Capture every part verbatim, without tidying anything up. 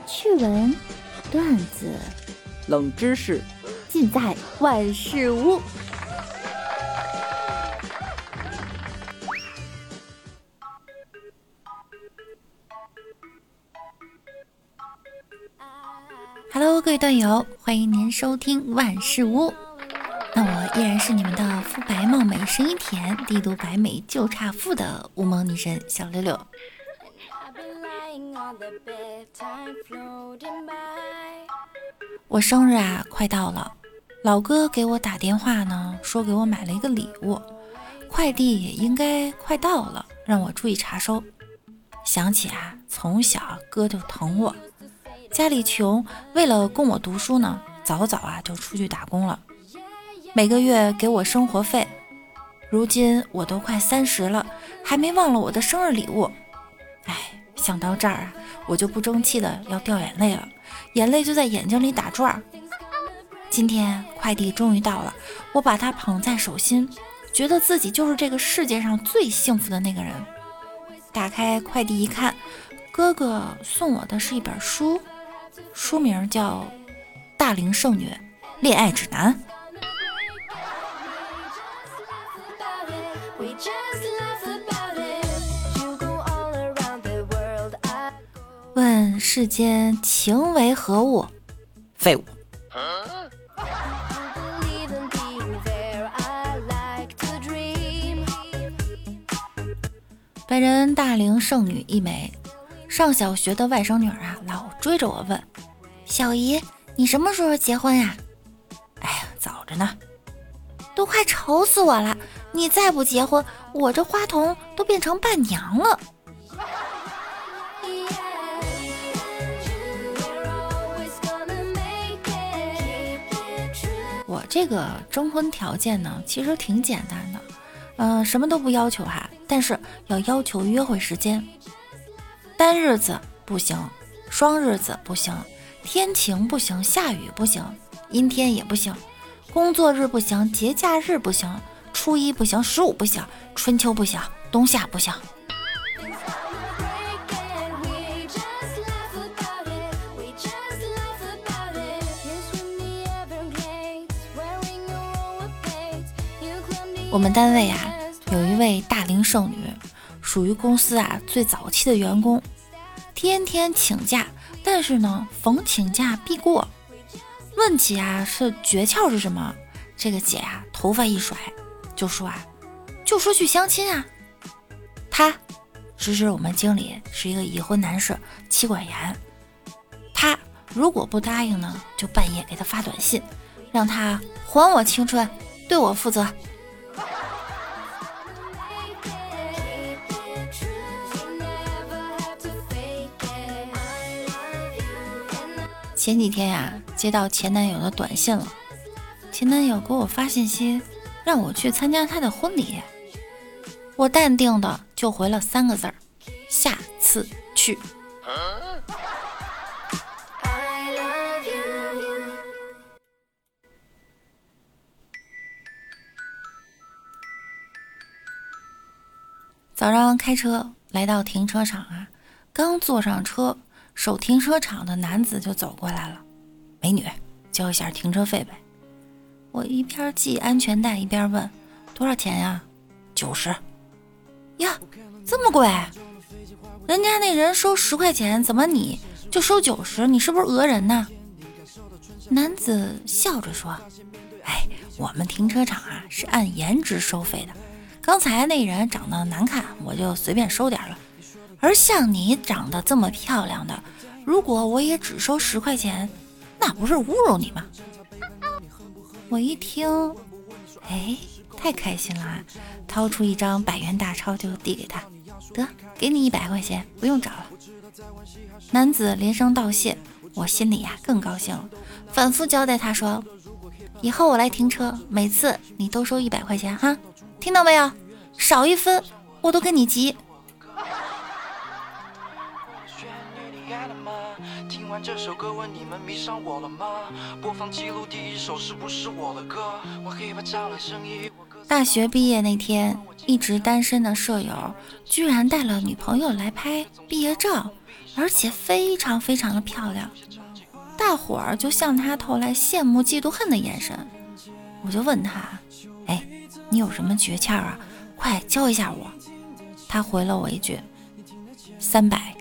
趣闻、段子、 冷知识， 尽在万事屋。Hello， 各位段友，欢迎您收听万事屋。那我依然是你们的肤白貌美、声音甜、帝都白美就差富的无萌女神小六六。我生日啊快到了，老哥给我打电话呢，说给我买了一个礼物，快递也应该快到了，让我注意查收。想起啊，从小哥就疼我，家里穷，为了供我读书呢，早早啊就出去打工了，每个月给我生活费。如今我都快三十了，还没忘了我的生日礼物。哎，想到这儿啊，我就不争气的要掉眼泪了，眼泪就在眼睛里打转。今天快递终于到了，我把它捧在手心，觉得自己就是这个世界上最幸福的那个人。打开快递一看，哥哥送我的是一本书，书名叫《大龄剩女恋爱指南》。问世间情为何物？废物。本人大龄剩女一枚，上小学的外甥女儿啊，老追着我问：小姨，你什么时候结婚呀？哎呀，早着呢，都快愁死我了！你再不结婚，我这花童都变成伴娘了。我这个征婚条件呢，其实挺简单的，嗯、呃，什么都不要求哈，但是要要求约会时间。单日子不行，双日子不行，天晴不行，下雨不行，阴天也不行，工作日不行，节假日不行，初一不行，十五不行，春秋不行，冬夏不行。我们单位啊，有一位大龄剩女，属于公司啊最早期的员工，天天请假，但是呢，逢请假必过。问起啊是诀窍是什么，这个姐啊头发一甩，就说啊，就说去相亲啊。她指指我们经理是一个已婚男士，妻管严。他如果不答应呢，就半夜给他发短信，让他还我青春，对我负责。前几天呀、啊，接到前男友的短信了，前男友给我发信息，让我去参加他的婚礼。我淡定的就回了三个字儿：下次去。早上开车来到停车场啊，刚坐上车，守停车场的男子就走过来了：美女，交一下停车费呗。我一边系安全带一边问：多少钱呀？九十。呀，这么贵？人家那人收十块钱，怎么你就收九十？你是不是讹人呢？男子笑着说：哎，我们停车场啊是按颜值收费的，刚才那人长得难看，我就随便收点了。而像你长得这么漂亮的，如果我也只收十块钱，那不是侮辱你吗？我一听，哎，太开心了啊，掏出一张百元大钞就递给他，得，给你一百块钱，不用找了。男子连声道谢，我心里呀、啊、更高兴了，反复交代他说，以后我来停车，每次你都收一百块钱哈，听到没有？少一分我都跟你急。听完这首歌问你们迷上我了吗？播放记录第一首是不是我的歌？我 hiphop 唱了声音。大学毕业那天，一直单身的舍友居然带了女朋友来拍毕业照， 而且非常非常的漂亮，大伙儿就向他投来羡慕嫉妒恨的眼神。我就问他，哎，你有什么诀窍啊？快教一下我。他回了我一句，三百。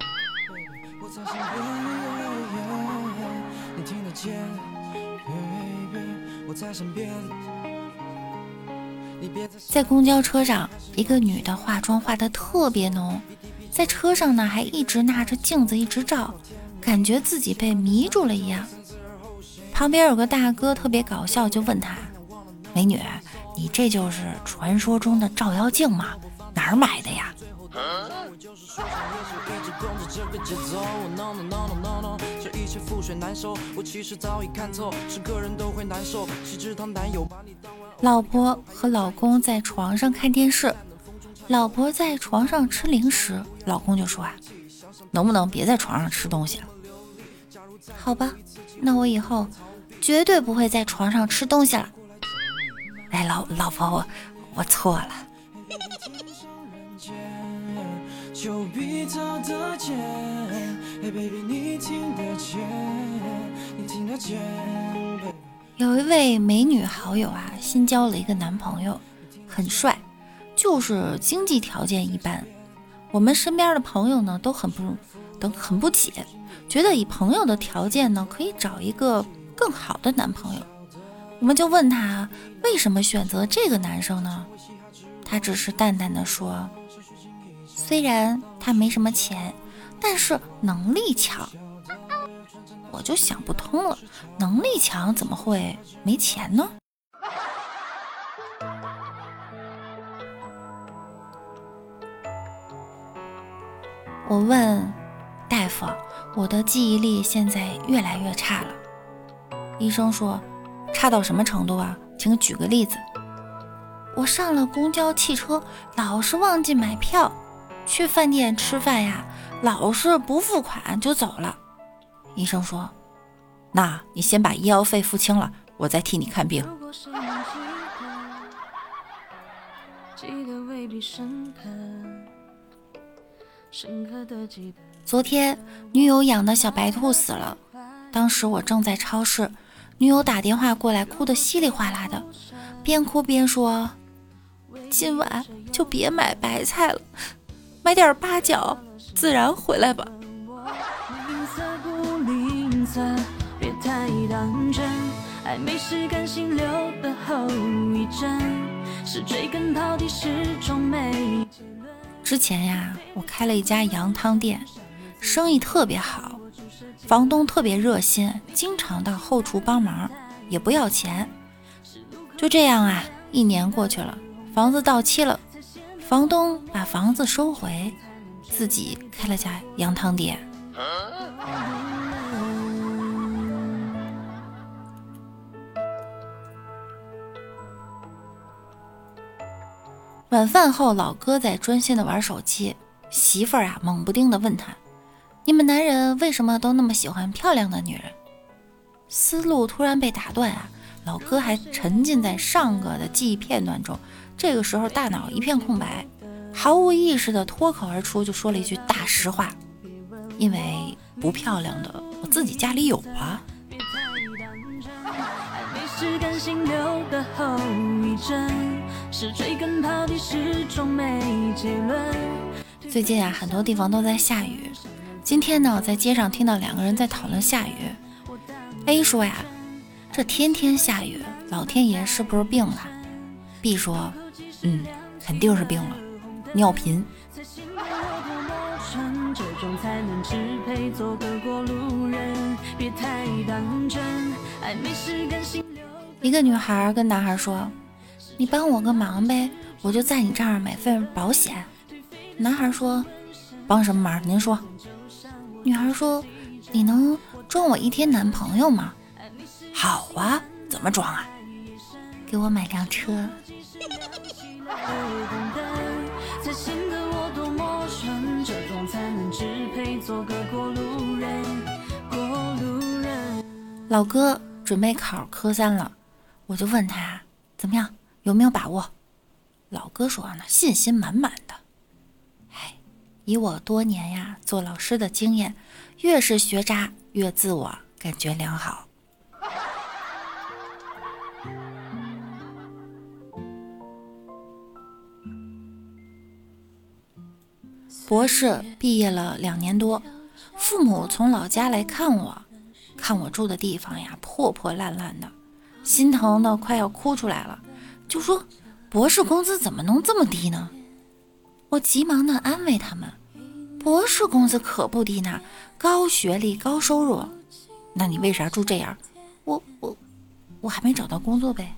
在公交车上，一个女的化妆化得特别浓，在车上呢还一直拿着镜子一直照，感觉自己被迷住了一样。旁边有个大哥特别搞笑，就问他，美女，你这就是传说中的照妖镜吗？哪儿买的呀？老婆和老公在床上看电视，老婆在床上吃零食，老公就说啊，能不能别在床上吃东西了？好吧，那我以后绝对不会在床上吃东西了。哎，老老婆，我我错了。就比较的见，哎 baby 你听得见，你听得见。有一位美女好友啊，新交了一个男朋友，很帅，就是经济条件一般。我们身边的朋友呢，都很不都很不解，觉得以朋友的条件呢，可以找一个更好的男朋友。我们就问他为什么选择这个男生呢？他只是淡淡的说，虽然他没什么钱，但是能力强。我就想不通了，能力强怎么会没钱呢？我问大夫，我的记忆力现在越来越差了。医生说，差到什么程度啊？请举个例子。我上了公交汽车，老是忘记买票。去饭店吃饭呀，老是不付款就走了。医生说，那你先把医药费付清了，我再替你看病。昨天女友养的小白兔死了，当时我正在超市，女友打电话过来，哭得稀里哗啦的，边哭边说，今晚就别买白菜了，买点八角，自然回来吧。别太当真，暧昧是感性流的后遗症，是追根刨底始终没。之前呀，我开了一家羊汤店，生意特别好，房东特别热心，经常到后厨帮忙，也不要钱。就这样啊，一年过去了，房子到期了，房东把房子收回，自己开了家羊汤店。晚饭后，老哥在专心的玩手机，媳妇儿啊猛不丁的问他，你们男人为什么都那么喜欢漂亮的女人？思路突然被打断啊，老哥还沉浸在上个的记忆片段中，这个时候大脑一片空白，毫无意识的脱口而出就说了一句大实话，因为不漂亮的我自己家里有啊。是感性流的后遗症，是追根刨底始终没结论。最近啊，很多地方都在下雨。今天呢，我在街上听到两个人在讨论下雨。A 说呀，这天天下雨，老天爷是不是病了？ B 说，嗯，肯定是病了，尿频。这种才能支配做个过路人，别太当真，暧昧是感性。一个女孩跟男孩说，你帮我个忙呗，我就在你这儿买份保险。男孩说，帮什么忙您说。女孩说，你能装我一天男朋友吗？好啊，怎么装啊？给我买辆车。老哥准备考科三了，我就问他怎么样，有没有把握？老哥说呢，信心满满的。哎， 以我多年呀做老师的经验，越是学渣越自我感觉良好。博士毕业了两年多，父母从老家来看我，看我住的地方呀破破烂烂的，心疼的快要哭出来了，就说博士工资怎么能这么低呢？我急忙的安慰他们，博士工资可不低呢，高学历高收入。那你为啥住这样？我我我还没找到工作呗。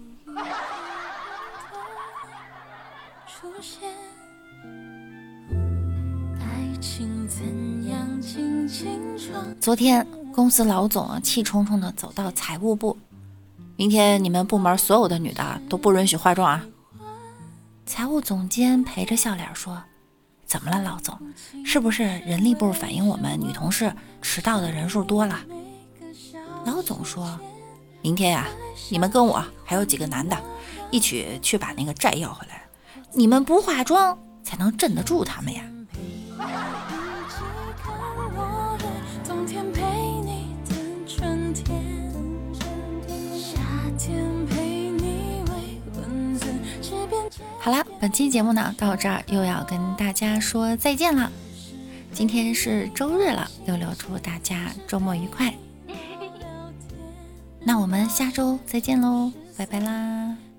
昨天公司老总气冲冲地走到财务部，明天你们部门所有的女的都不允许化妆啊。财务总监陪着笑脸说，怎么了老总，是不是人力部反映我们女同事迟到的人数多了？老总说，明天呀、啊，你们跟我还有几个男的一起去把那个债要回来，你们不化妆才能镇得住他们呀。好啦，本期节目呢到这儿又要跟大家说再见了。今天是周日了，六六祝大家周末愉快。那我们下周再见喽，拜拜啦。